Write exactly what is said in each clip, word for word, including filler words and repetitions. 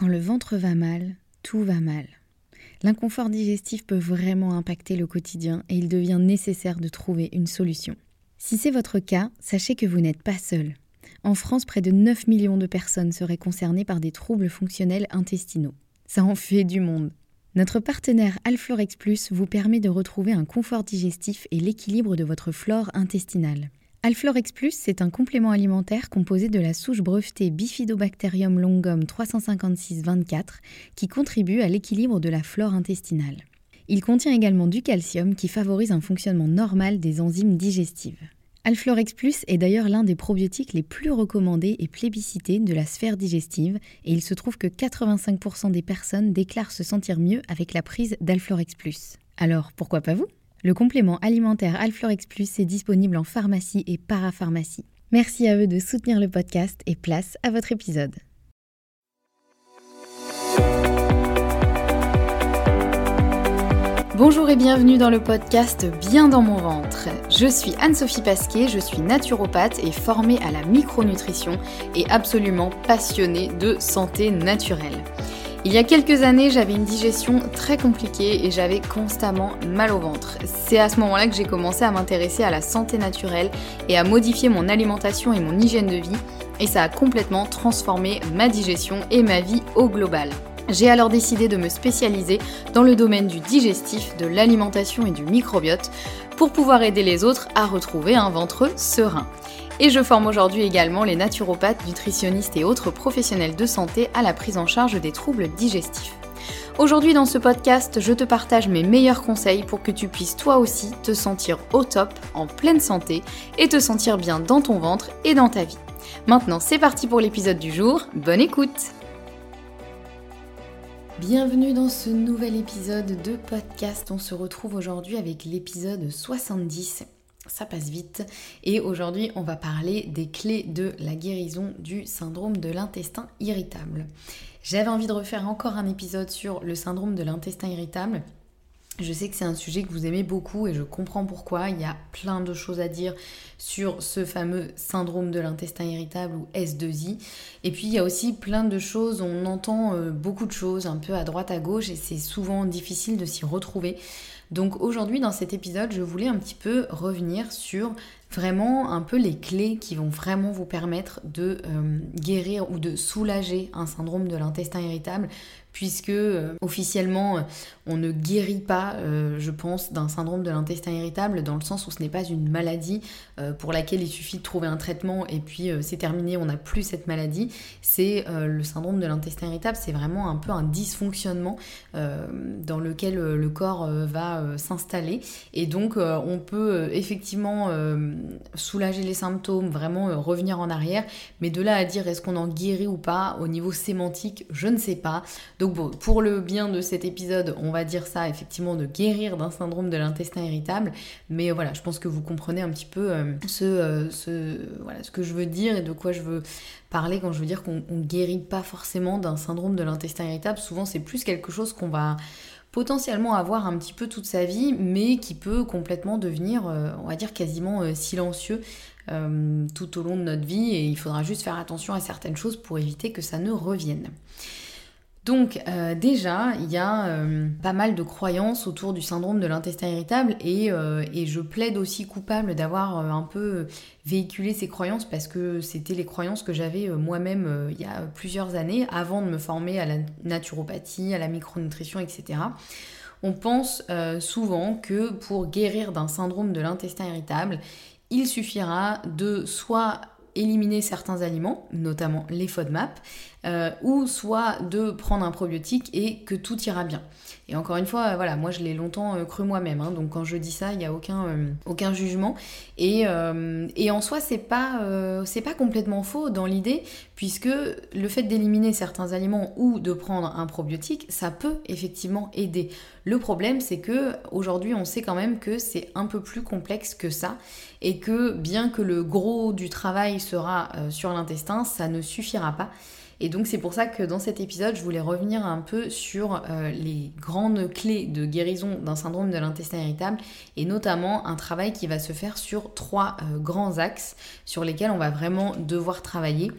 Quand le ventre va mal, tout va mal. L'inconfort digestif peut vraiment impacter le quotidien et il devient nécessaire de trouver une solution. Si c'est votre cas, sachez que vous n'êtes pas seul. En France, près de neuf millions de personnes seraient concernées par des troubles fonctionnels intestinaux. Ça en fait du monde. Notre partenaire Alflorex Plus vous permet de retrouver un confort digestif et l'équilibre de votre flore intestinale. Alflorex Plus, c'est un complément alimentaire composé de la souche brevetée Bifidobacterium longum trois cent cinquante-six vingt-quatre qui contribue à l'équilibre de la flore intestinale. Il contient également du calcium qui favorise un fonctionnement normal des enzymes digestives. Alflorex Plus est d'ailleurs l'un des probiotiques les plus recommandés et plébiscités de la sphère digestive et il se trouve que quatre-vingt-cinq pour cent des personnes déclarent se sentir mieux avec la prise d'Alflorex Plus. Alors pourquoi pas vous ? Le complément alimentaire Alflorex Plus est disponible en pharmacie et parapharmacie. Merci à eux de soutenir le podcast et place à votre épisode. Bonjour et bienvenue dans le podcast Bien dans mon ventre. Je suis Anne-Sophie Pasquet, je suis naturopathe et formée à la micronutrition et absolument passionnée de santé naturelle. Il y a quelques années, j'avais une digestion très compliquée et j'avais constamment mal au ventre. C'est à ce moment-là que j'ai commencé à m'intéresser à la santé naturelle et à modifier mon alimentation et mon hygiène de vie et ça a complètement transformé ma digestion et ma vie au global. J'ai alors décidé de me spécialiser dans le domaine du digestif, de l'alimentation et du microbiote pour pouvoir aider les autres à retrouver un ventre serein. Et je forme aujourd'hui également les naturopathes, nutritionnistes et autres professionnels de santé à la prise en charge des troubles digestifs. Aujourd'hui dans ce podcast, je te partage mes meilleurs conseils pour que tu puisses toi aussi te sentir au top, en pleine santé et te sentir bien dans ton ventre et dans ta vie. Maintenant c'est parti pour l'épisode du jour, bonne écoute! Bienvenue dans ce nouvel épisode de podcast. On se retrouve aujourd'hui avec l'épisode soixante-dix. Ça passe vite. Et aujourd'hui, on va parler des clés de la guérison du syndrome de l'intestin irritable. J'avais envie de refaire encore un épisode sur le syndrome de l'intestin irritable. Je sais que c'est un sujet que vous aimez beaucoup et je comprends pourquoi. Il y a plein de choses à dire sur ce fameux syndrome de l'intestin irritable ou S deux I. Et puis il y a aussi plein de choses, on entend beaucoup de choses un peu à droite à gauche et c'est souvent difficile de s'y retrouver. Donc aujourd'hui dans cet épisode, je voulais un petit peu revenir sur vraiment un peu les clés qui vont vraiment vous permettre de euh, guérir ou de soulager un syndrome de l'intestin irritable puisque euh, officiellement euh, on ne guérit pas, euh, je pense, d'un syndrome de l'intestin irritable dans le sens où ce n'est pas une maladie euh, pour laquelle il suffit de trouver un traitement et puis euh, c'est terminé, on n'a plus cette maladie. C'est euh, le syndrome de l'intestin irritable, c'est vraiment un peu un dysfonctionnement euh, dans lequel euh, le corps euh, va euh, s'installer et donc euh, on peut euh, effectivement euh, soulager les symptômes, vraiment euh, revenir en arrière, mais de là à dire est-ce qu'on en guérit ou pas au niveau sémantique, je ne sais pas. Donc bon, pour le bien de cet épisode, on va dire ça, effectivement, de guérir d'un syndrome de l'intestin irritable. Mais voilà, je pense que vous comprenez un petit peu euh, ce, euh, ce, voilà, ce que je veux dire et de quoi je veux parler quand je veux dire qu'on ne guérit pas forcément d'un syndrome de l'intestin irritable. Souvent, c'est plus quelque chose qu'on va potentiellement avoir un petit peu toute sa vie, mais qui peut complètement devenir, euh, on va dire, quasiment euh, silencieux euh, tout au long de notre vie. Et il faudra juste faire attention à certaines choses pour éviter que ça ne revienne. Donc euh, déjà, il y a euh, pas mal de croyances autour du syndrome de l'intestin irritable et, euh, et je plaide aussi coupable d'avoir euh, un peu véhiculé ces croyances parce que c'était les croyances que j'avais euh, moi-même euh, il y a plusieurs années avant de me former à la naturopathie, à la micronutrition, et cetera. On pense euh, souvent que pour guérir d'un syndrome de l'intestin irritable, il suffira de soit éliminer certains aliments, notamment les FODMAP, euh, ou soit de prendre un probiotique et que tout ira bien. Et encore une fois, voilà, moi je l'ai longtemps euh, cru moi-même, hein, donc quand je dis ça, il n'y a aucun, euh, aucun jugement. Et, euh, et en soi, c'est pas, euh, c'est pas complètement faux dans l'idée, puisque le fait d'éliminer certains aliments ou de prendre un probiotique, ça peut effectivement aider. Le problème, c'est que aujourd'hui, on sait quand même que c'est un peu plus complexe que ça, et que bien que le gros du travail sera euh, sur l'intestin, ça ne suffira pas. Et donc c'est pour ça que dans cet épisode, je voulais revenir un peu sur euh, les grandes clés de guérison d'un syndrome de l'intestin irritable et notamment un travail qui va se faire sur trois euh, grands axes sur lesquels on va vraiment devoir travailler.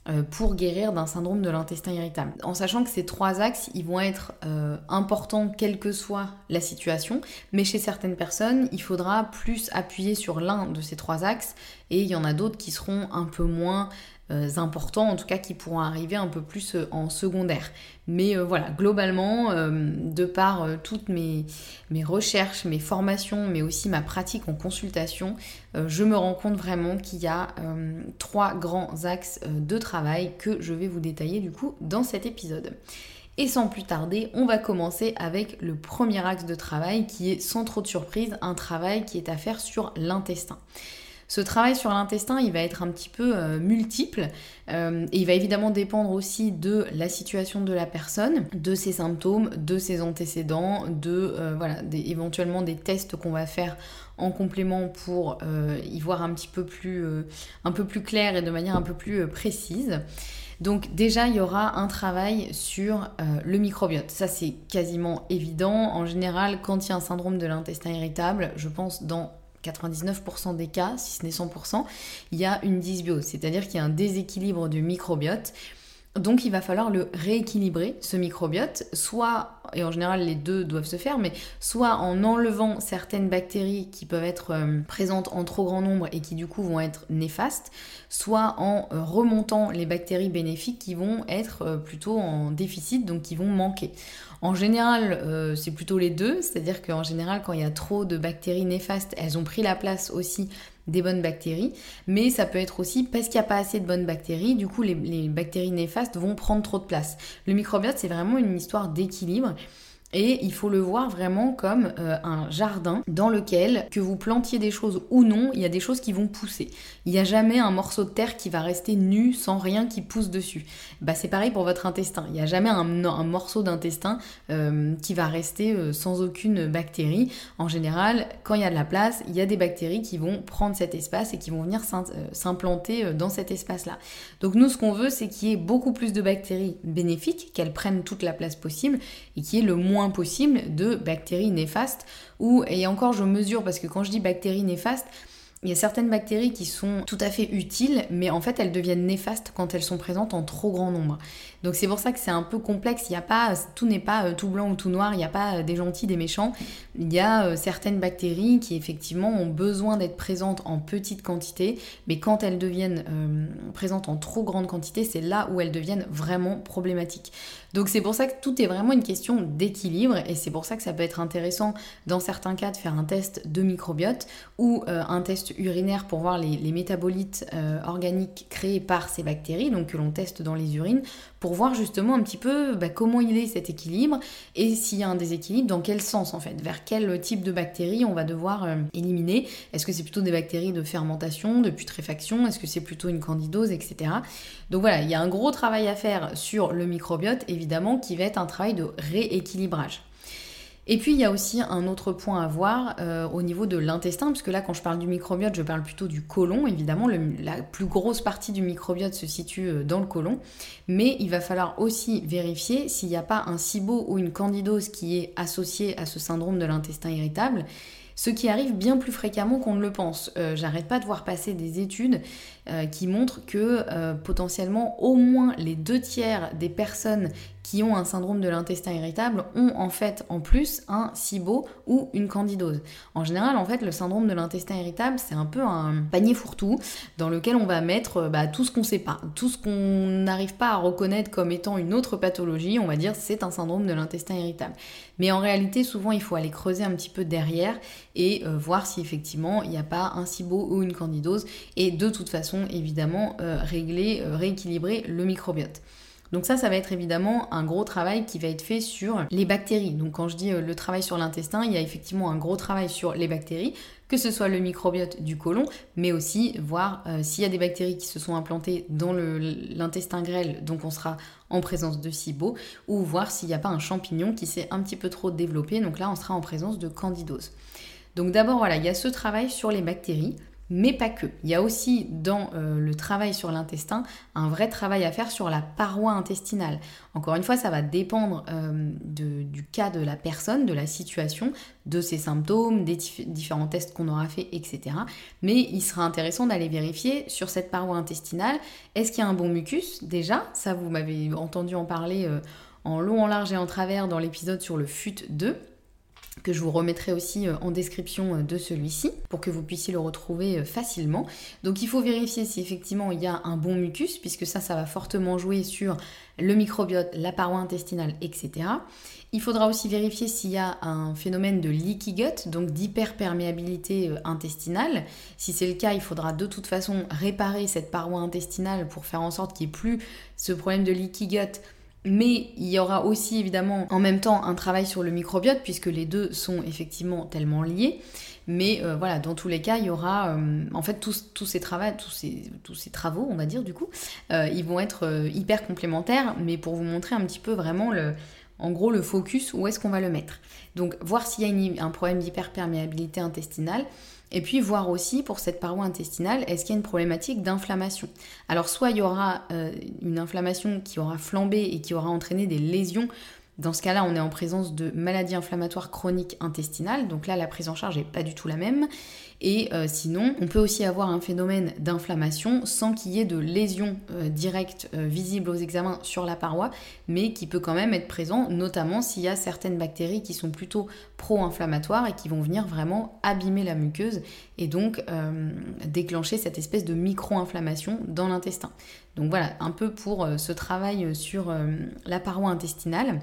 euh, pour guérir d'un syndrome de l'intestin irritable. En sachant que ces trois axes, ils vont être euh, importants quelle que soit la situation, mais chez certaines personnes, il faudra plus appuyer sur l'un de ces trois axes et il y en a d'autres qui seront un peu moins Euh, importants, en tout cas qui pourront arriver un peu plus euh, en secondaire. Mais euh, voilà, globalement, euh, de par euh, toutes mes, mes recherches, mes formations, mais aussi ma pratique en consultation, euh, je me rends compte vraiment qu'il y a euh, trois grands axes euh, de travail que je vais vous détailler du coup dans cet épisode. Et sans plus tarder, on va commencer avec le premier axe de travail qui est, sans trop de surprise, un travail qui est à faire sur l'intestin. Ce travail sur l'intestin, il va être un petit peu euh, multiple euh, et il va évidemment dépendre aussi de la situation de la personne, de ses symptômes, de ses antécédents, de euh, voilà, des, éventuellement des tests qu'on va faire en complément pour euh, y voir un petit peu plus, euh, un peu plus clair et de manière un peu plus euh, précise. Donc déjà, il y aura un travail sur euh, le microbiote. Ça, c'est quasiment évident. En général, quand il y a un syndrome de l'intestin irritable, je pense dans quatre-vingt-dix-neuf pour cent des cas, si ce n'est cent pour cent, il y a une dysbiose, c'est-à-dire qu'il y a un déséquilibre du microbiote. Donc il va falloir le rééquilibrer, ce microbiote, soit, et en général les deux doivent se faire, mais soit en enlevant certaines bactéries qui peuvent être euh, présentes en trop grand nombre et qui du coup vont être néfastes, soit en euh, remontant les bactéries bénéfiques qui vont être euh, plutôt en déficit, donc qui vont manquer. En général, euh, c'est plutôt les deux, c'est-à-dire qu'en général, quand il y a trop de bactéries néfastes, elles ont pris la place aussi des bonnes bactéries, mais ça peut être aussi parce qu'il n'y a pas assez de bonnes bactéries, du coup les, les bactéries néfastes vont prendre trop de place. Le microbiote, c'est vraiment une histoire d'équilibre. Et il faut le voir vraiment comme euh, un jardin dans lequel, que vous plantiez des choses ou non, il y a des choses qui vont pousser. Il n'y a jamais un morceau de terre qui va rester nu sans rien qui pousse dessus. Bah, c'est pareil pour votre intestin. Il n'y a jamais un, un morceau d'intestin euh, qui va rester euh, sans aucune bactérie. En général, quand il y a de la place, il y a des bactéries qui vont prendre cet espace et qui vont venir s'implanter dans cet espace-là. Donc nous, ce qu'on veut, c'est qu'il y ait beaucoup plus de bactéries bénéfiques, qu'elles prennent toute la place possible et qu'il y ait le moins possible de bactéries néfastes ou, et encore je mesure parce que quand je dis bactéries néfastes, il y a certaines bactéries qui sont tout à fait utiles, mais en fait elles deviennent néfastes quand elles sont présentes en trop grand nombre. Donc c'est pour ça que c'est un peu complexe, il y a pas, tout n'est pas tout blanc ou tout noir, il n'y a pas des gentils, des méchants. Il y a certaines bactéries qui effectivement ont besoin d'être présentes en petite quantité, mais quand elles deviennent euh, présentes en trop grande quantité, c'est là où elles deviennent vraiment problématiques. Donc c'est pour ça que tout est vraiment une question d'équilibre et c'est pour ça que ça peut être intéressant dans certains cas de faire un test de microbiote ou euh, un test urinaire pour voir les, les métabolites euh, organiques créés par ces bactéries, donc que l'on teste dans les urines, pour voir justement un petit peu bah, comment il est cet équilibre et s'il y a un déséquilibre, dans quel sens en fait, vers quel type de bactéries on va devoir euh, éliminer. Est-ce que c'est plutôt des bactéries de fermentation, de putréfaction, est-ce que c'est plutôt une candidose, et cetera. Donc voilà, il y a un gros travail à faire sur le microbiote, évidemment, qui va être un travail de rééquilibrage. Et puis il y a aussi un autre point à voir euh, au niveau de l'intestin, puisque là quand je parle du microbiote, je parle plutôt du côlon, évidemment, le, la plus grosse partie du microbiote se situe dans le côlon, mais il va falloir aussi vérifier s'il n'y a pas un SIBO ou une candidose qui est associée à ce syndrome de l'intestin irritable, ce qui arrive bien plus fréquemment qu'on ne le pense. Euh, j'arrête pas de voir passer des études euh, qui montrent que euh, potentiellement au moins les deux tiers des personnes qui ont un syndrome de l'intestin irritable ont en fait en plus un SIBO ou une candidose. En général, en fait, le syndrome de l'intestin irritable, c'est un peu un panier fourre-tout dans lequel on va mettre bah, tout ce qu'on sait pas, tout ce qu'on n'arrive pas à reconnaître comme étant une autre pathologie, on va dire c'est un syndrome de l'intestin irritable. Mais en réalité, souvent, il faut aller creuser un petit peu derrière et euh, voir si effectivement il n'y a pas un SIBO ou une candidose et de toute façon, évidemment, euh, régler, euh, rééquilibrer le microbiote. Donc ça, ça va être évidemment un gros travail qui va être fait sur les bactéries. Donc quand je dis euh, le travail sur l'intestin, il y a effectivement un gros travail sur les bactéries, que ce soit le microbiote du côlon, mais aussi voir euh, s'il y a des bactéries qui se sont implantées dans le, l'intestin grêle, donc on sera en présence de SIBO, ou voir s'il n'y a pas un champignon qui s'est un petit peu trop développé, donc là on sera en présence de candidose. Donc d'abord, voilà, il y a ce travail sur les bactéries. Mais pas que. Il y a aussi dans euh, le travail sur l'intestin un vrai travail à faire sur la paroi intestinale. Encore une fois, ça va dépendre euh, de, du cas de la personne, de la situation, de ses symptômes, des dif- différents tests qu'on aura fait, et cetera. Mais il sera intéressant d'aller vérifier sur cette paroi intestinale, est-ce qu'il y a un bon mucus déjà? Ça, vous m'avez entendu en parler euh, en long, en large et en travers dans l'épisode sur le F U T deux. Que je vous remettrai aussi en description de celui-ci pour que vous puissiez le retrouver facilement. Donc il faut vérifier si effectivement il y a un bon mucus, puisque ça, ça va fortement jouer sur le microbiote, la paroi intestinale, et cetera. Il faudra aussi vérifier s'il y a un phénomène de leaky gut, donc d'hyperperméabilité intestinale. Si c'est le cas, il faudra de toute façon réparer cette paroi intestinale pour faire en sorte qu'il n'y ait plus ce problème de leaky gut. Mais il y aura aussi évidemment en même temps un travail sur le microbiote puisque les deux sont effectivement tellement liés. Mais euh, voilà, dans tous les cas, il y aura euh, en fait tous, tous, ces travaux, tous, ces, tous ces travaux, on va dire du coup, euh, ils vont être euh, hyper complémentaires, mais pour vous montrer un petit peu vraiment le, en gros le focus, où est-ce qu'on va le mettre. Donc voir s'il y a une, un problème d'hyperperméabilité intestinale. Et puis voir aussi pour cette paroi intestinale, est-ce qu'il y a une problématique d'inflammation? Alors soit il y aura euh, une inflammation qui aura flambé et qui aura entraîné des lésions. Dans ce cas-là, on est en présence de maladies inflammatoires chroniques intestinales. Donc là, la prise en charge n'est pas du tout la même. Et euh, sinon, on peut aussi avoir un phénomène d'inflammation sans qu'il y ait de lésions euh, directes euh, visibles aux examens sur la paroi, mais qui peut quand même être présent, notamment s'il y a certaines bactéries qui sont plutôt pro-inflammatoires et qui vont venir vraiment abîmer la muqueuse et donc euh, déclencher cette espèce de micro-inflammation dans l'intestin. Donc voilà, un peu pour euh, ce travail sur euh, la paroi intestinale.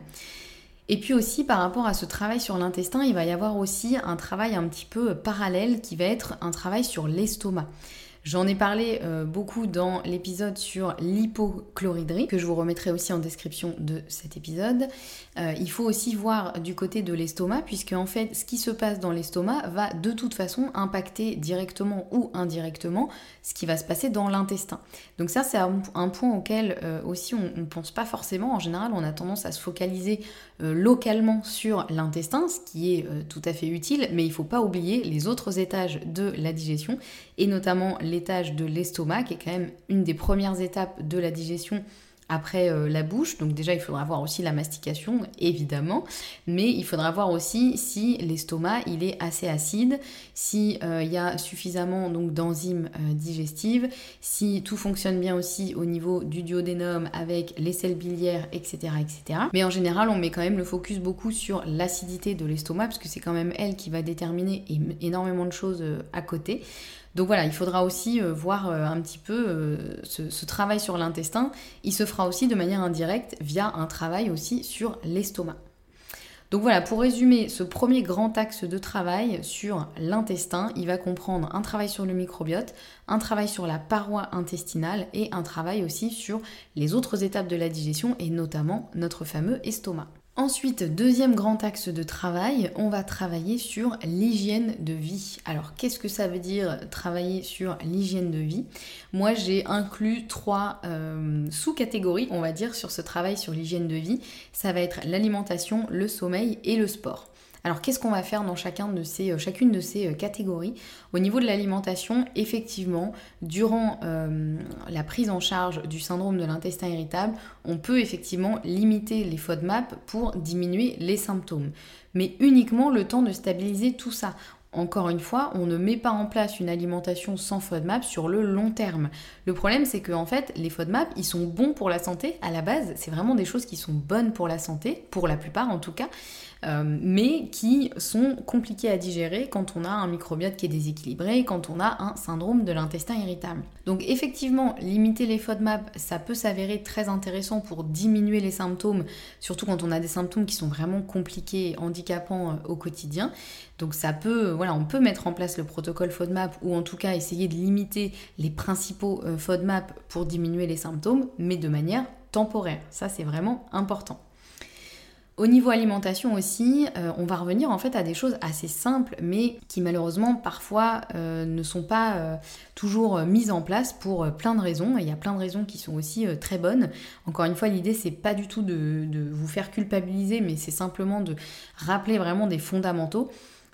Et puis aussi par rapport à ce travail sur l'intestin, il va y avoir aussi un travail un petit peu parallèle qui va être un travail sur l'estomac. J'en ai parlé euh, beaucoup dans l'épisode sur l'hypochlorhydrie, que je vous remettrai aussi en description de cet épisode. Euh, il faut aussi voir du côté de l'estomac, puisque en fait, ce qui se passe dans l'estomac va de toute façon impacter directement ou indirectement ce qui va se passer dans l'intestin. Donc ça, c'est un, un point auquel euh, aussi on ne pense pas forcément. En général, on a tendance à se focaliser euh, localement sur l'intestin, ce qui est euh, tout à fait utile, mais il ne faut pas oublier les autres étages de la digestion, et notamment l'étage de l'estomac, qui est quand même une des premières étapes de la digestion après euh, la bouche. Donc déjà, il faudra voir aussi la mastication, évidemment, mais il faudra voir aussi si l'estomac, il est assez acide, si euh, il y a suffisamment donc d'enzymes euh, digestives, si tout fonctionne bien aussi au niveau du duodénum avec les selles biliaires, et cetera, et cetera. Mais en général, on met quand même le focus beaucoup sur l'acidité de l'estomac, parce que c'est quand même elle qui va déterminer énormément de choses euh, à côté. Donc voilà, il faudra aussi euh, voir euh, un petit peu euh, ce, ce travail sur l'intestin. Il se fera aussi de manière indirecte via un travail aussi sur l'estomac. Donc voilà, pour résumer ce premier grand axe de travail sur l'intestin, il va comprendre un travail sur le microbiote, un travail sur la paroi intestinale et un travail aussi sur les autres étapes de la digestion et notamment notre fameux estomac. Ensuite, deuxième grand axe de travail, on va travailler sur l'hygiène de vie. Alors, qu'est-ce que ça veut dire travailler sur l'hygiène de vie? Moi, j'ai inclus trois euh, sous-catégories, on va dire, sur ce travail sur l'hygiène de vie. Ça va être l'alimentation, le sommeil et le sport. Alors qu'est-ce qu'on va faire dans chacun de ces, chacune de ces catégories? Au niveau de l'alimentation, effectivement, durant euh, la prise en charge du syndrome de l'intestin irritable, on peut effectivement limiter les FODMAP pour diminuer les symptômes, mais uniquement le temps de stabiliser tout ça. Encore une fois, on ne met pas en place une alimentation sans FODMAP sur le long terme. Le problème, c'est que en fait, les FODMAP, ils sont bons pour la santé. À la base, c'est vraiment des choses qui sont bonnes pour la santé, pour la plupart en tout cas, euh, mais qui sont compliquées à digérer quand on a un microbiote qui est déséquilibré, quand on a un syndrome de l'intestin irritable. Donc effectivement, limiter les FODMAP, ça peut s'avérer très intéressant pour diminuer les symptômes, surtout quand on a des symptômes qui sont vraiment compliqués, handicapants au quotidien. Donc ça peut, voilà, on peut mettre en place le protocole FODMAP ou en tout cas essayer de limiter les principaux euh, FODMAP pour diminuer les symptômes, mais de manière temporaire. Ça, c'est vraiment important. Au niveau alimentation aussi, euh, on va revenir en fait à des choses assez simples, mais qui malheureusement parfois euh, ne sont pas euh, toujours mises en place pour euh, plein de raisons. Et il y a plein de raisons qui sont aussi euh, très bonnes. Encore une fois, l'idée c'est pas du tout de, de vous faire culpabiliser, mais c'est simplement de rappeler vraiment des fondamentaux.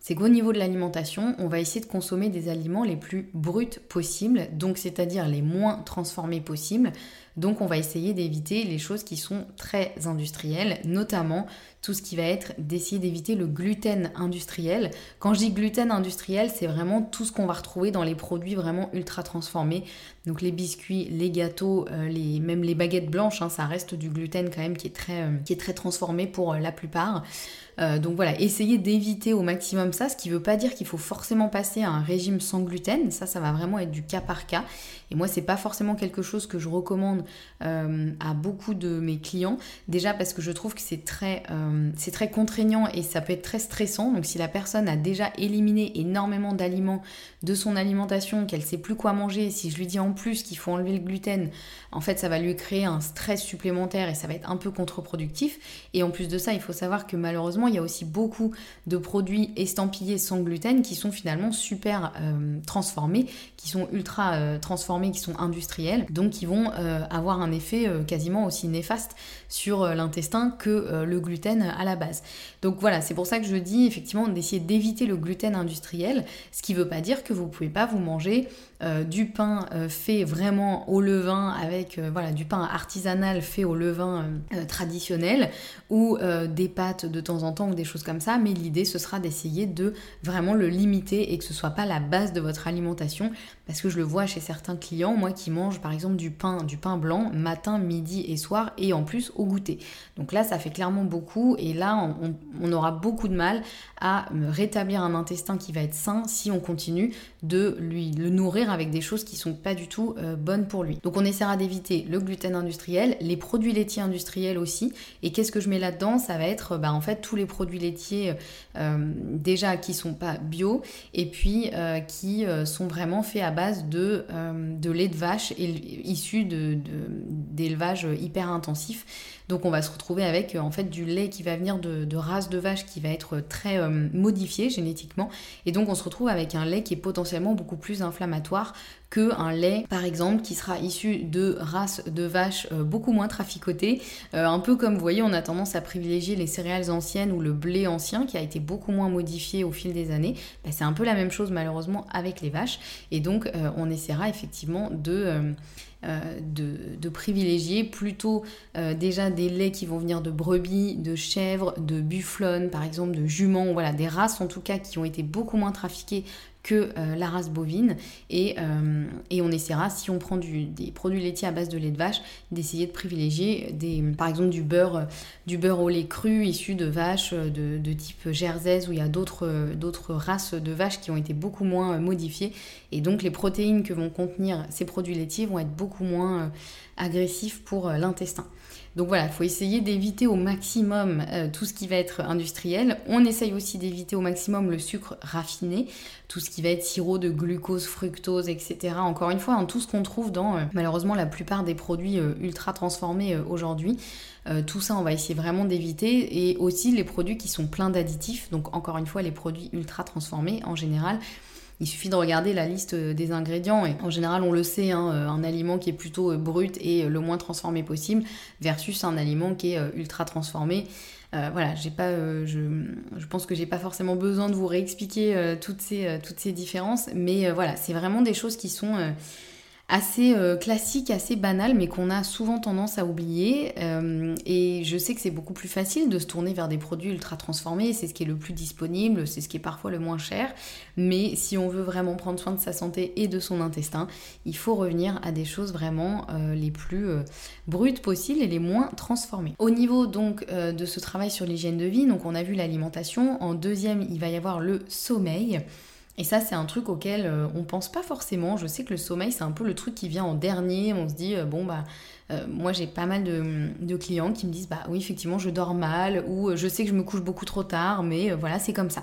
c'est qu'au niveau de l'alimentation, on va essayer de consommer des aliments les plus bruts possibles, donc c'est-à-dire les moins transformés possibles. Donc on va essayer d'éviter les choses qui sont très industrielles, notamment tout ce qui va être d'essayer d'éviter le gluten industriel. Quand je dis gluten industriel, c'est vraiment tout ce qu'on va retrouver dans les produits vraiment ultra transformés. Donc les biscuits, les gâteaux, euh, les, même les baguettes blanches, hein, ça reste du gluten quand même qui est très, euh, qui est très transformé pour euh, la plupart. Euh, donc voilà, essayez d'éviter au maximum ça, ce qui ne veut pas dire qu'il faut forcément passer à un régime sans gluten. Ça, ça va vraiment être du cas par cas. Et moi, c'est pas forcément quelque chose que je recommande euh, à beaucoup de mes clients. Déjà parce que je trouve que c'est très, euh, c'est très contraignant et ça peut être très stressant. Donc si la personne a déjà éliminé énormément d'aliments de son alimentation, qu'elle sait plus quoi manger, si je lui dis en plus qu'il faut enlever le gluten, en fait, ça va lui créer un stress supplémentaire et ça va être un peu contre-productif. Et en plus de ça, il faut savoir que malheureusement, il y a aussi beaucoup de produits estampillés sans gluten qui sont finalement super euh, transformés, qui sont ultra euh, transformés, qui sont industriels, donc qui vont euh, avoir un effet euh, quasiment aussi néfaste sur euh, l'intestin que euh, le gluten à la base. Donc voilà, c'est pour ça que je dis effectivement d'essayer d'éviter le gluten industriel, ce qui ne veut pas dire que vous ne pouvez pas vous manger euh, du pain euh, fait vraiment au levain avec euh, voilà, du pain artisanal fait au levain euh, traditionnel ou euh, des pâtes de temps en temps ou des choses comme ça, mais l'idée ce sera d'essayer de vraiment le limiter et que ce soit pas la base de votre alimentation, parce que je le vois chez certains clients, moi qui mangent par exemple du pain, du pain blanc matin, midi et soir et en plus au goûter. Donc là ça fait clairement beaucoup et là on, on aura beaucoup de mal à rétablir un intestin qui va être sain si on continue de lui le nourrir avec des choses qui sont pas du tout euh, bonnes pour lui. Donc on essaiera d'éviter le gluten industriel, les produits laitiers industriels aussi. Et qu'est-ce que je mets là-dedans? Ça va être bah, en fait tous les produits laitiers euh, déjà qui sont pas bio et puis euh, qui euh, sont vraiment faits à base de, euh, de lait de vache issu de, de, d'élevage hyper intensif. Donc on va se retrouver avec en fait du lait qui va venir de, de race de vache qui va être très euh, modifié génétiquement. Et donc on se retrouve avec un lait qui est potentiellement beaucoup plus inflammatoire qu'un lait par exemple qui sera issu de races de vaches euh, beaucoup moins traficotées. Euh, un peu comme vous voyez, on a tendance à privilégier les céréales anciennes ou le blé ancien qui a été beaucoup moins modifié au fil des années. Ben, c'est un peu la même chose malheureusement avec les vaches. Et donc euh, on essaiera effectivement de... Euh, Euh, de, de privilégier plutôt euh, déjà des laits qui vont venir de brebis, de chèvres, de bufflonnes par exemple, de juments, voilà, des races en tout cas qui ont été beaucoup moins trafiquées que euh, la race bovine et, euh, et on essaiera, si on prend du, des produits laitiers à base de lait de vache, d'essayer de privilégier des, par exemple du beurre, du beurre au lait cru issu de vaches de, de type jerseys où il y a d'autres, d'autres races de vaches qui ont été beaucoup moins modifiées et donc les protéines que vont contenir ces produits laitiers vont être beaucoup moins agressifs pour l'intestin. Donc voilà, il faut essayer d'éviter au maximum euh, tout ce qui va être industriel. On essaye aussi d'éviter au maximum le sucre raffiné, tout ce qui va être sirop de glucose, fructose, et cetera. Encore une fois, hein, tout ce qu'on trouve dans euh, malheureusement la plupart des produits euh, ultra transformés euh, aujourd'hui. Euh, tout ça, on va essayer vraiment d'éviter. Et aussi les produits qui sont pleins d'additifs. Donc encore une fois, les produits ultra transformés en général. Il suffit de regarder la liste des ingrédients et en général on le sait, hein, un aliment qui est plutôt brut et le moins transformé possible versus un aliment qui est ultra transformé. Euh, voilà, j'ai pas, euh, je, je pense que j'ai pas forcément besoin de vous réexpliquer euh, toutes, ces, euh, toutes ces différences, mais euh, voilà, c'est vraiment des choses qui sont... Euh, assez euh, classique, assez banal, mais qu'on a souvent tendance à oublier. Euh, et je sais que c'est beaucoup plus facile de se tourner vers des produits ultra transformés, c'est ce qui est le plus disponible, c'est ce qui est parfois le moins cher. Mais si on veut vraiment prendre soin de sa santé et de son intestin, il faut revenir à des choses vraiment euh, les plus euh, brutes possibles et les moins transformées. Au niveau donc euh, de ce travail sur l'hygiène de vie, donc on a vu l'alimentation. En deuxième, il va y avoir le sommeil. Et ça, c'est un truc auquel euh, on pense pas forcément. Je sais que le sommeil, c'est un peu le truc qui vient en dernier. On se dit, euh, bon, bah, euh, moi, j'ai pas mal de, de clients qui me disent, bah oui, effectivement, je dors mal ou euh, je sais que je me couche beaucoup trop tard, mais euh, voilà, c'est comme ça.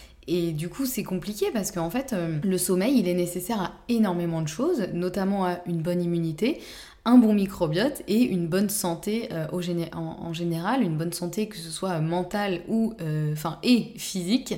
Et du coup, c'est compliqué parce qu'en fait, euh, le sommeil, il est nécessaire à énormément de choses, notamment à une bonne immunité, un bon microbiote et une bonne santé euh, au géné- en, en général, une bonne santé que ce soit mentale ou, euh, enfin, et physique.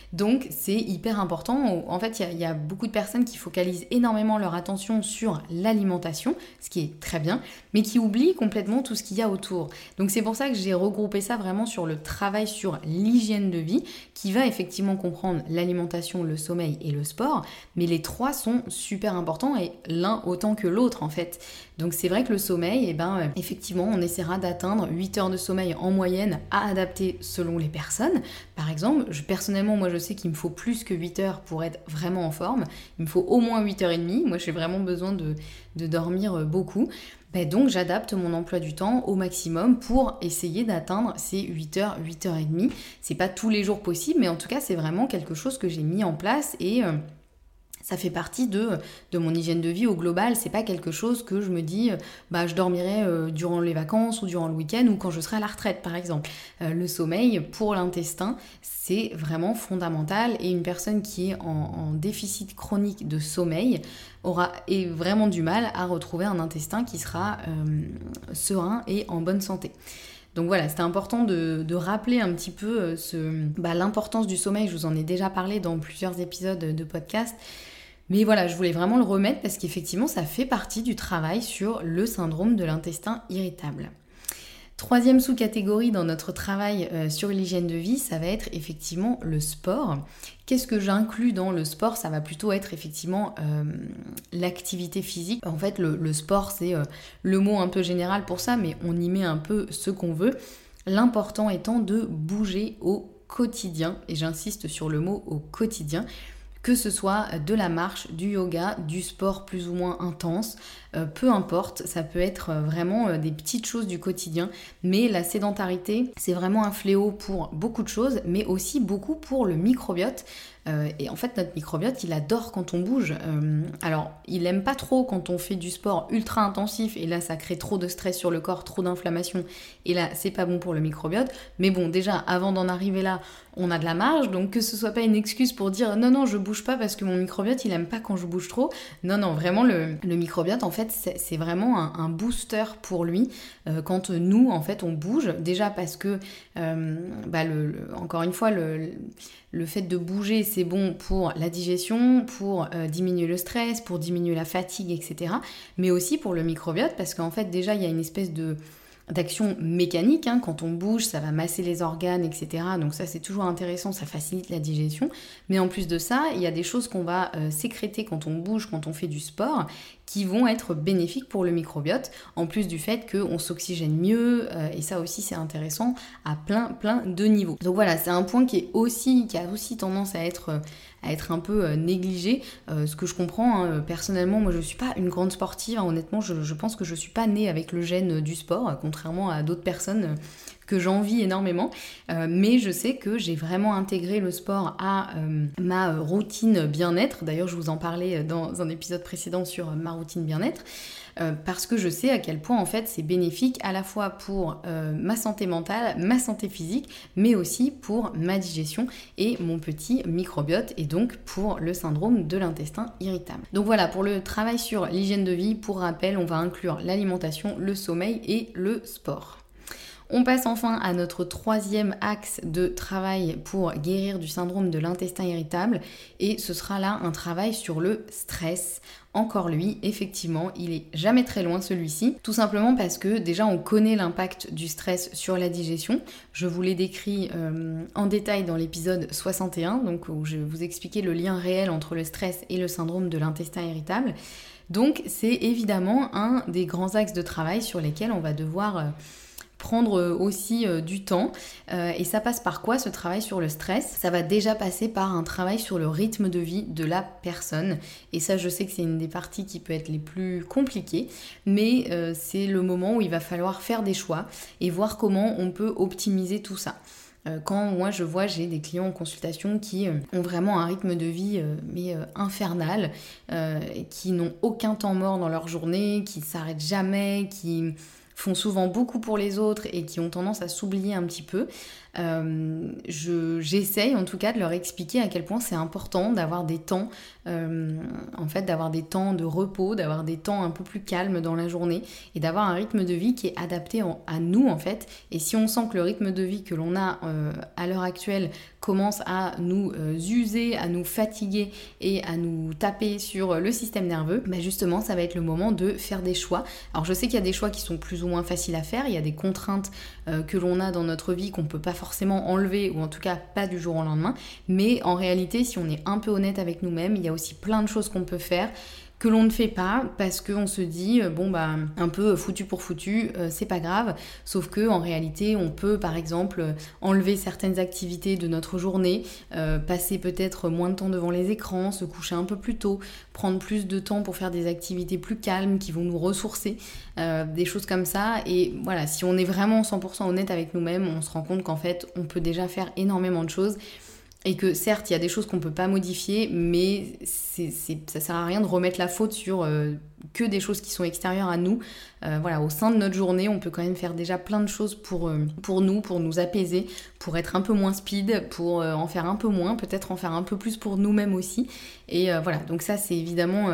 Donc c'est hyper important. En fait, il y a, il y a beaucoup de personnes qui focalisent énormément leur attention sur l'alimentation, ce qui est très bien, mais qui oublient complètement tout ce qu'il y a autour. Donc c'est pour ça que j'ai regroupé ça vraiment sur le travail sur l'hygiène de vie, qui va effectivement comprendre l'alimentation, le sommeil et le sport, mais les trois sont super importants et l'un autant que l'autre en fait. Donc c'est vrai que le sommeil, eh ben, effectivement, on essaiera d'atteindre huit heures de sommeil en moyenne à adapter selon les personnes. Par exemple, je, personnellement, moi je sais qu'il me faut plus que huit heures pour être vraiment en forme. Il me faut au moins huit heures trente. Moi j'ai vraiment besoin de, de dormir beaucoup. Ben donc j'adapte mon emploi du temps au maximum pour essayer d'atteindre ces huit heures, huit heures trente. C'est pas tous les jours possible, mais en tout cas c'est vraiment quelque chose que j'ai mis en place et... Euh, ça fait partie de, de mon hygiène de vie au global. C'est pas quelque chose que je me dis, bah je dormirai euh, durant les vacances ou durant le week-end ou quand je serai à la retraite par exemple. Euh, le sommeil pour l'intestin, c'est vraiment fondamental et une personne qui est en, en déficit chronique de sommeil aura et vraiment du mal à retrouver un intestin qui sera euh, serein et en bonne santé. Donc voilà, c'était important de, de rappeler un petit peu ce, bah, l'importance du sommeil. Je vous en ai déjà parlé dans plusieurs épisodes de podcast. Mais voilà, je voulais vraiment le remettre parce qu'effectivement, ça fait partie du travail sur le syndrome de l'intestin irritable. Troisième sous-catégorie dans notre travail euh, sur l'hygiène de vie, ça va être effectivement le sport. Qu'est-ce que j'inclus dans le sport ? Ça va plutôt être effectivement euh, l'activité physique. En fait, le, le sport, c'est euh, le mot un peu général pour ça, mais on y met un peu ce qu'on veut. L'important étant de bouger au quotidien, et j'insiste sur le mot au quotidien, que ce soit de la marche, du yoga, du sport plus ou moins intense, euh, peu importe, ça peut être vraiment euh, des petites choses du quotidien, mais la sédentarité, c'est vraiment un fléau pour beaucoup de choses, mais aussi beaucoup pour le microbiote. Euh, et en fait, notre microbiote, il adore quand on bouge. Euh, alors, il aime pas trop quand on fait du sport ultra intensif, et là, ça crée trop de stress sur le corps, trop d'inflammation, et là, c'est pas bon pour le microbiote. Mais bon, déjà, avant d'en arriver là, on a de la marge, donc que ce soit pas une excuse pour dire non, non, je bouge pas parce que mon microbiote, il aime pas quand je bouge trop. Non, non, vraiment, le, le microbiote, en fait, c'est, c'est vraiment un, un booster pour lui euh, quand nous, en fait, on bouge. Déjà parce que, euh, bah, le, le, encore une fois, le, le fait de bouger, c'est bon pour la digestion, pour euh, diminuer le stress, pour diminuer la fatigue, et cetera. Mais aussi pour le microbiote, parce qu'en fait, déjà, il y a une espèce de... d'action mécanique, hein. Quand on bouge, ça va masser les organes, et cetera. Donc ça, c'est toujours intéressant, ça facilite la digestion. Mais en plus de ça, il y a des choses qu'on va euh, sécréter quand on bouge, quand on fait du sport, qui vont être bénéfiques pour le microbiote, en plus du fait qu'on s'oxygène mieux, euh, et ça aussi c'est intéressant à plein plein de niveaux. Donc voilà, c'est un point qui est aussi, qui a aussi tendance à être, à être un peu négligé, euh, ce que je comprends, hein. Personnellement, moi je suis pas une grande sportive, hein. Honnêtement, je, je pense que je suis pas née avec le gène du sport, contrairement à d'autres personnes que j'envie énormément, euh, mais je sais que j'ai vraiment intégré le sport à euh, ma routine bien-être. D'ailleurs, je vous en parlais dans un épisode précédent sur ma routine bien-être, euh, parce que je sais à quel point en fait c'est bénéfique à la fois pour euh, ma santé mentale, ma santé physique, mais aussi pour ma digestion et mon petit microbiote, et donc pour le syndrome de l'intestin irritable. Donc voilà, pour le travail sur l'hygiène de vie, pour rappel, on va inclure l'alimentation, le sommeil et le sport. On passe enfin à notre troisième axe de travail pour guérir du syndrome de l'intestin irritable, et ce sera là un travail sur le stress. Encore lui, effectivement, il est jamais très loin celui-ci, tout simplement parce que déjà on connaît l'impact du stress sur la digestion. Je vous l'ai décrit euh, en détail dans l'épisode soixante et un, donc où je vous expliquais le lien réel entre le stress et le syndrome de l'intestin irritable. Donc c'est évidemment un des grands axes de travail sur lesquels on va devoir... Euh, prendre aussi euh, du temps, euh, et ça passe par quoi ce travail sur le stress ? Ça va déjà passer par un travail sur le rythme de vie de la personne, et ça je sais que c'est une des parties qui peut être les plus compliquées, mais euh, c'est le moment où il va falloir faire des choix et voir comment on peut optimiser tout ça. Quand moi je vois, j'ai des clients en consultation qui ont vraiment un rythme de vie euh, mais euh, infernal, euh, qui n'ont aucun temps mort dans leur journée, qui ne s'arrêtent jamais, qui font souvent beaucoup pour les autres et qui ont tendance à s'oublier un petit peu. Euh, je, j'essaye en tout cas de leur expliquer à quel point c'est important d'avoir des temps, euh, en fait d'avoir des temps de repos, d'avoir des temps un peu plus calmes dans la journée et d'avoir un rythme de vie qui est adapté en, à nous en fait. Et si on sent que le rythme de vie que l'on a euh, à l'heure actuelle commence à nous euh, user, à nous fatiguer et à nous taper sur le système nerveux, bah justement ça va être le moment de faire des choix. Alors je sais qu'il y a des choix qui sont plus ou moins faciles à faire, il y a des contraintes euh, que l'on a dans notre vie qu'on ne peut pas forcément enlever, ou en tout cas pas du jour au lendemain, mais en réalité si on est un peu honnête avec nous-mêmes, il y a aussi plein de choses qu'on peut faire que l'on ne fait pas parce qu'on se dit bon bah un peu foutu pour foutu, euh, c'est pas grave, sauf que en réalité on peut par exemple enlever certaines activités de notre journée, euh, passer peut-être moins de temps devant les écrans, se coucher un peu plus tôt, prendre plus de temps pour faire des activités plus calmes qui vont nous ressourcer, euh, des choses comme ça. Et voilà, si on est vraiment cent pour cent honnête avec nous-mêmes, on se rend compte qu'en fait on peut déjà faire énormément de choses. Et que certes, il y a des choses qu'on ne peut pas modifier, mais c'est, c'est, ça ne sert à rien de remettre la faute sur euh, que des choses qui sont extérieures à nous. Euh, voilà, au sein de notre journée, on peut quand même faire déjà plein de choses pour, euh, pour nous, pour nous apaiser, pour être un peu moins speed, pour euh, en faire un peu moins, peut-être en faire un peu plus pour nous-mêmes aussi. Et euh, voilà, donc ça c'est évidemment... Euh,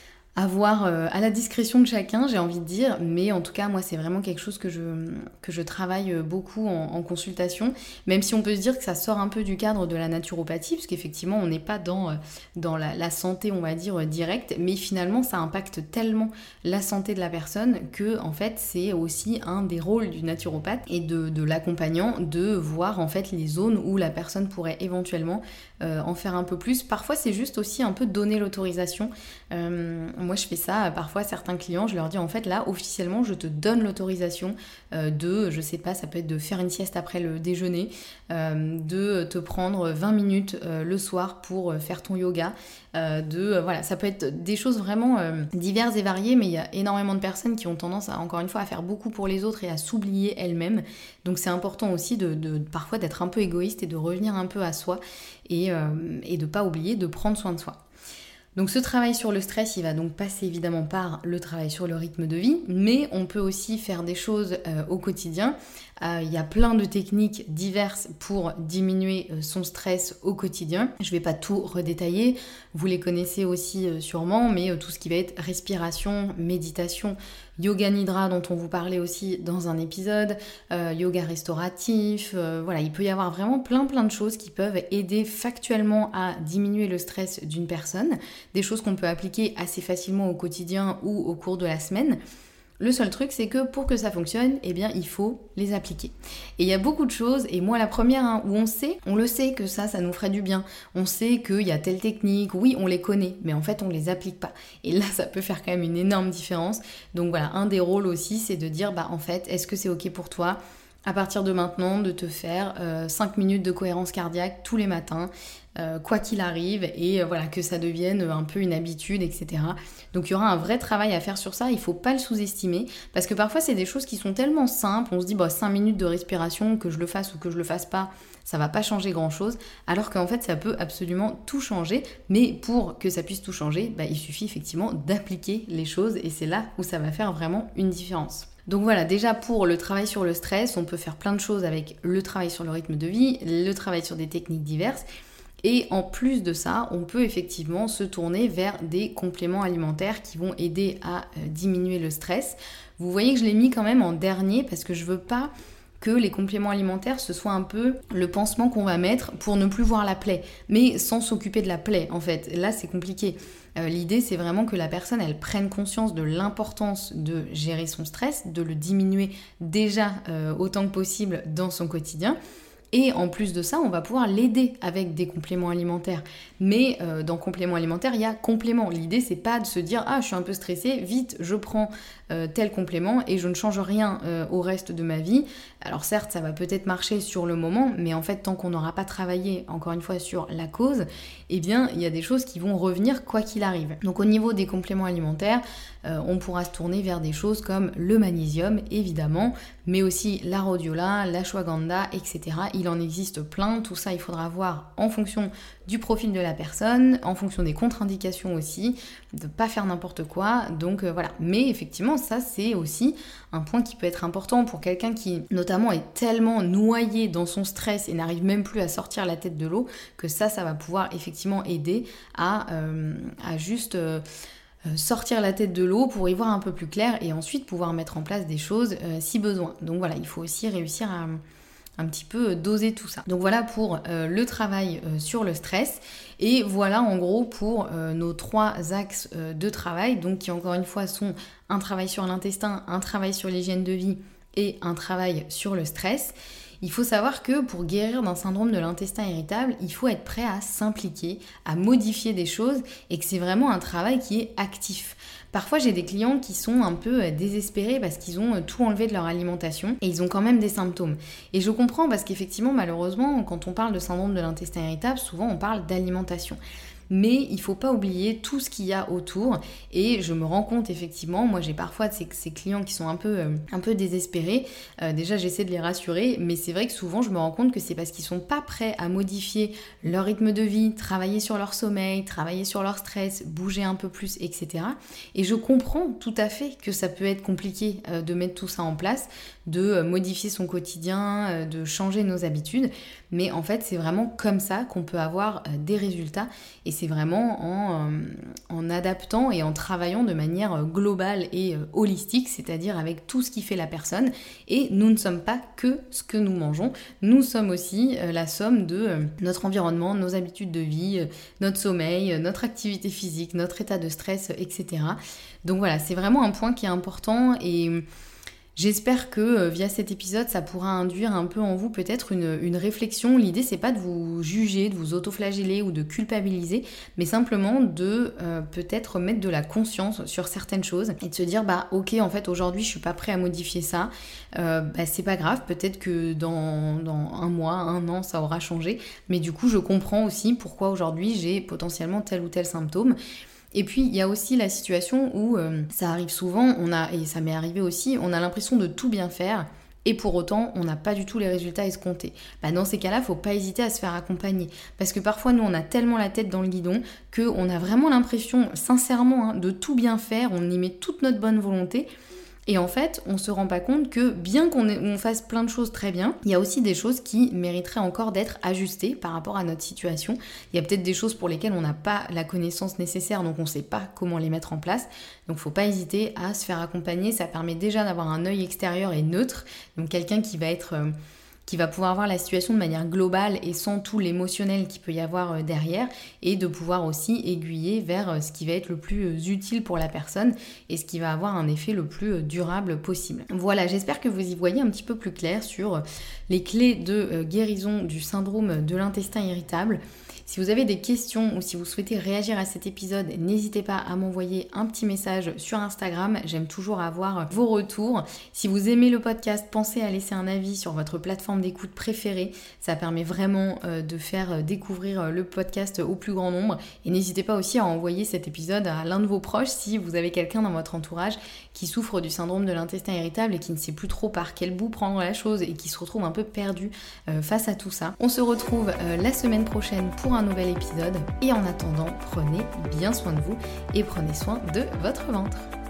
à voir euh, à la discrétion de chacun, j'ai envie de dire, mais en tout cas moi c'est vraiment quelque chose que je, que je travaille beaucoup en, en consultation, même si on peut se dire que ça sort un peu du cadre de la naturopathie, parce qu'effectivement on n'est pas dans, dans la, la santé on va dire directe, mais finalement ça impacte tellement la santé de la personne que en fait c'est aussi un des rôles du naturopathe et de, de l'accompagnant de voir en fait les zones où la personne pourrait éventuellement euh, en faire un peu plus. Parfois c'est juste aussi un peu donner l'autorisation. Euh, Moi, je fais ça, parfois, certains clients, je leur dis, en fait, là, officiellement, je te donne l'autorisation euh, de, je sais pas, ça peut être de faire une sieste après le déjeuner, euh, de te prendre vingt minutes euh, le soir pour euh, faire ton yoga, euh, de, euh, voilà, ça peut être des choses vraiment euh, diverses et variées, mais il y a énormément de personnes qui ont tendance, à, encore une fois, à faire beaucoup pour les autres et à s'oublier elles-mêmes. Donc, c'est important aussi de, de parfois d'être un peu égoïste et de revenir un peu à soi et, euh, et de pas oublier de prendre soin de soi. Donc ce travail sur le stress, il va donc passer évidemment par le travail sur le rythme de vie, mais on peut aussi faire des choses euh, au quotidien. Euh, il y a plein de techniques diverses pour diminuer euh, son stress au quotidien. Je ne vais pas tout redétailler, vous les connaissez aussi euh, sûrement, mais euh, tout ce qui va être respiration, méditation, yoga nidra dont on vous parlait aussi dans un épisode, euh, yoga restauratif, euh, voilà, il peut y avoir vraiment plein plein de choses qui peuvent aider factuellement à diminuer le stress d'une personne, des choses qu'on peut appliquer assez facilement au quotidien ou au cours de la semaine. Le seul truc, c'est que pour que ça fonctionne, eh bien, il faut les appliquer. Et il y a beaucoup de choses, et moi la première, hein, où on sait, on le sait que ça, ça nous ferait du bien. On sait qu'il y a telle technique, oui, on les connaît, mais en fait, on les applique pas. Et là, ça peut faire quand même une énorme différence. Donc voilà, un des rôles aussi, c'est de dire, bah en fait, est-ce que c'est ok pour toi à partir de maintenant de te faire euh, cinq minutes de cohérence cardiaque tous les matins, euh, quoi qu'il arrive, et euh, voilà, que ça devienne un peu une habitude, et cetera. Donc il y aura un vrai travail à faire sur ça, il faut pas le sous-estimer, parce que parfois c'est des choses qui sont tellement simples, on se dit bah cinq minutes de respiration, que je le fasse ou que je le fasse pas, ça va pas changer grand chose, alors qu'en fait ça peut absolument tout changer, mais pour que ça puisse tout changer, bah, il suffit effectivement d'appliquer les choses, et c'est là où ça va faire vraiment une différence. Donc voilà, déjà pour le travail sur le stress, on peut faire plein de choses avec le travail sur le rythme de vie, le travail sur des techniques diverses. Et en plus de ça, on peut effectivement se tourner vers des compléments alimentaires qui vont aider à diminuer le stress. Vous voyez que je l'ai mis quand même en dernier parce que je veux pas que les compléments alimentaires ce soit un peu le pansement qu'on va mettre pour ne plus voir la plaie, mais sans s'occuper de la plaie en fait. Là c'est compliqué. Euh, l'idée c'est vraiment que la personne elle prenne conscience de l'importance de gérer son stress, de le diminuer déjà euh, autant que possible dans son quotidien. Et en plus de ça, on va pouvoir l'aider avec des compléments alimentaires. Mais euh, dans compléments alimentaires, il y a complément. L'idée, c'est pas de se dire « Ah, je suis un peu stressée, vite, je prends euh, tel complément et je ne change rien euh, au reste de ma vie. » Alors certes, ça va peut-être marcher sur le moment, mais en fait, tant qu'on n'aura pas travaillé, encore une fois, sur la cause, eh bien, il y a des choses qui vont revenir quoi qu'il arrive. Donc au niveau des compléments alimentaires, euh, on pourra se tourner vers des choses comme le magnésium, évidemment, mais aussi la rhodiola, l'ashwagandha, et cetera. Il en existe plein, tout ça il faudra voir en fonction du profil de la personne, en fonction des contre-indications aussi, de pas faire n'importe quoi, donc euh, voilà. Mais effectivement, ça c'est aussi un point qui peut être important pour quelqu'un qui notamment est tellement noyé dans son stress et n'arrive même plus à sortir la tête de l'eau, que ça, ça va pouvoir effectivement aider à, euh, à juste... Euh, sortir la tête de l'eau pour y voir un peu plus clair et ensuite pouvoir mettre en place des choses euh, si besoin. Donc voilà, il faut aussi réussir à, un petit peu doser tout ça. Donc voilà pour euh, le travail euh, sur le stress. Et voilà en gros pour euh, nos trois axes euh, de travail, donc qui encore une fois sont un travail sur l'intestin, un travail sur l'hygiène de vie et un travail sur le stress. Il faut savoir que pour guérir d'un syndrome de l'intestin irritable, il faut être prêt à s'impliquer, à modifier des choses et que c'est vraiment un travail qui est actif. Parfois, j'ai des clients qui sont un peu désespérés parce qu'ils ont tout enlevé de leur alimentation et ils ont quand même des symptômes. Et je comprends parce qu'effectivement, malheureusement, quand on parle de syndrome de l'intestin irritable, souvent on parle d'alimentation. Mais il ne faut pas oublier tout ce qu'il y a autour et je me rends compte effectivement, moi j'ai parfois ces, ces clients qui sont un peu, euh, un peu désespérés, euh, déjà j'essaie de les rassurer, mais c'est vrai que souvent je me rends compte que c'est parce qu'ils ne sont pas prêts à modifier leur rythme de vie, travailler sur leur sommeil, travailler sur leur stress, bouger un peu plus, et cetera. Et je comprends tout à fait que ça peut être compliqué euh, de mettre tout ça en place, de euh, modifier son quotidien, euh, de changer nos habitudes, mais en fait c'est vraiment comme ça qu'on peut avoir euh, des résultats et c'est vraiment en, euh, en adaptant et en travaillant de manière globale et euh, holistique, c'est-à-dire avec tout ce qui fait la personne. Et nous ne sommes pas que ce que nous mangeons, nous sommes aussi euh, la somme de euh, notre environnement, nos habitudes de vie, euh, notre sommeil, euh, notre activité physique, notre état de stress, et cetera. Donc voilà, c'est vraiment un point qui est important et j'espère que euh, via cet épisode, ça pourra induire un peu en vous peut-être une, une réflexion. L'idée, c'est pas de vous juger, de vous autoflageller ou de culpabiliser, mais simplement de euh, peut-être mettre de la conscience sur certaines choses et de se dire, bah ok, en fait, aujourd'hui, je suis pas prêt à modifier ça. Euh, bah, c'est pas grave, peut-être que dans, dans un mois, un an, ça aura changé. Mais du coup, je comprends aussi pourquoi aujourd'hui, j'ai potentiellement tel ou tel symptôme. Et puis il y a aussi la situation où euh, ça arrive souvent, on a, et ça m'est arrivé aussi, on a l'impression de tout bien faire et pour autant on n'a pas du tout les résultats escomptés. Bah, dans ces cas-là, il ne faut pas hésiter à se faire accompagner parce que parfois nous on a tellement la tête dans le guidon qu'on a vraiment l'impression sincèrement hein, de tout bien faire, on y met toute notre bonne volonté. Et en fait, on se rend pas compte que bien qu'on ait, on fasse plein de choses très bien, il y a aussi des choses qui mériteraient encore d'être ajustées par rapport à notre situation. Il y a peut-être des choses pour lesquelles on n'a pas la connaissance nécessaire, donc on ne sait pas comment les mettre en place. Donc faut pas hésiter à se faire accompagner, ça permet déjà d'avoir un œil extérieur et neutre, donc quelqu'un qui va être... Euh, qui va pouvoir voir la situation de manière globale et sans tout l'émotionnel qu'il peut y avoir derrière et de pouvoir aussi aiguiller vers ce qui va être le plus utile pour la personne et ce qui va avoir un effet le plus durable possible. Voilà, j'espère que vous y voyez un petit peu plus clair sur les clés de guérison du syndrome de l'intestin irritable. Si vous avez des questions ou si vous souhaitez réagir à cet épisode, n'hésitez pas à m'envoyer un petit message sur Instagram. J'aime toujours avoir vos retours. Si vous aimez le podcast, pensez à laisser un avis sur votre plateforme d'écoute préférée. Ça permet vraiment de faire découvrir le podcast au plus grand nombre. Et n'hésitez pas aussi à envoyer cet épisode à l'un de vos proches si vous avez quelqu'un dans votre entourage qui souffre du syndrome de l'intestin irritable et qui ne sait plus trop par quel bout prendre la chose et qui se retrouve un peu perdu face à tout ça. On se retrouve la semaine prochaine pour un nouvel épisode et en attendant, prenez bien soin de vous et prenez soin de votre ventre.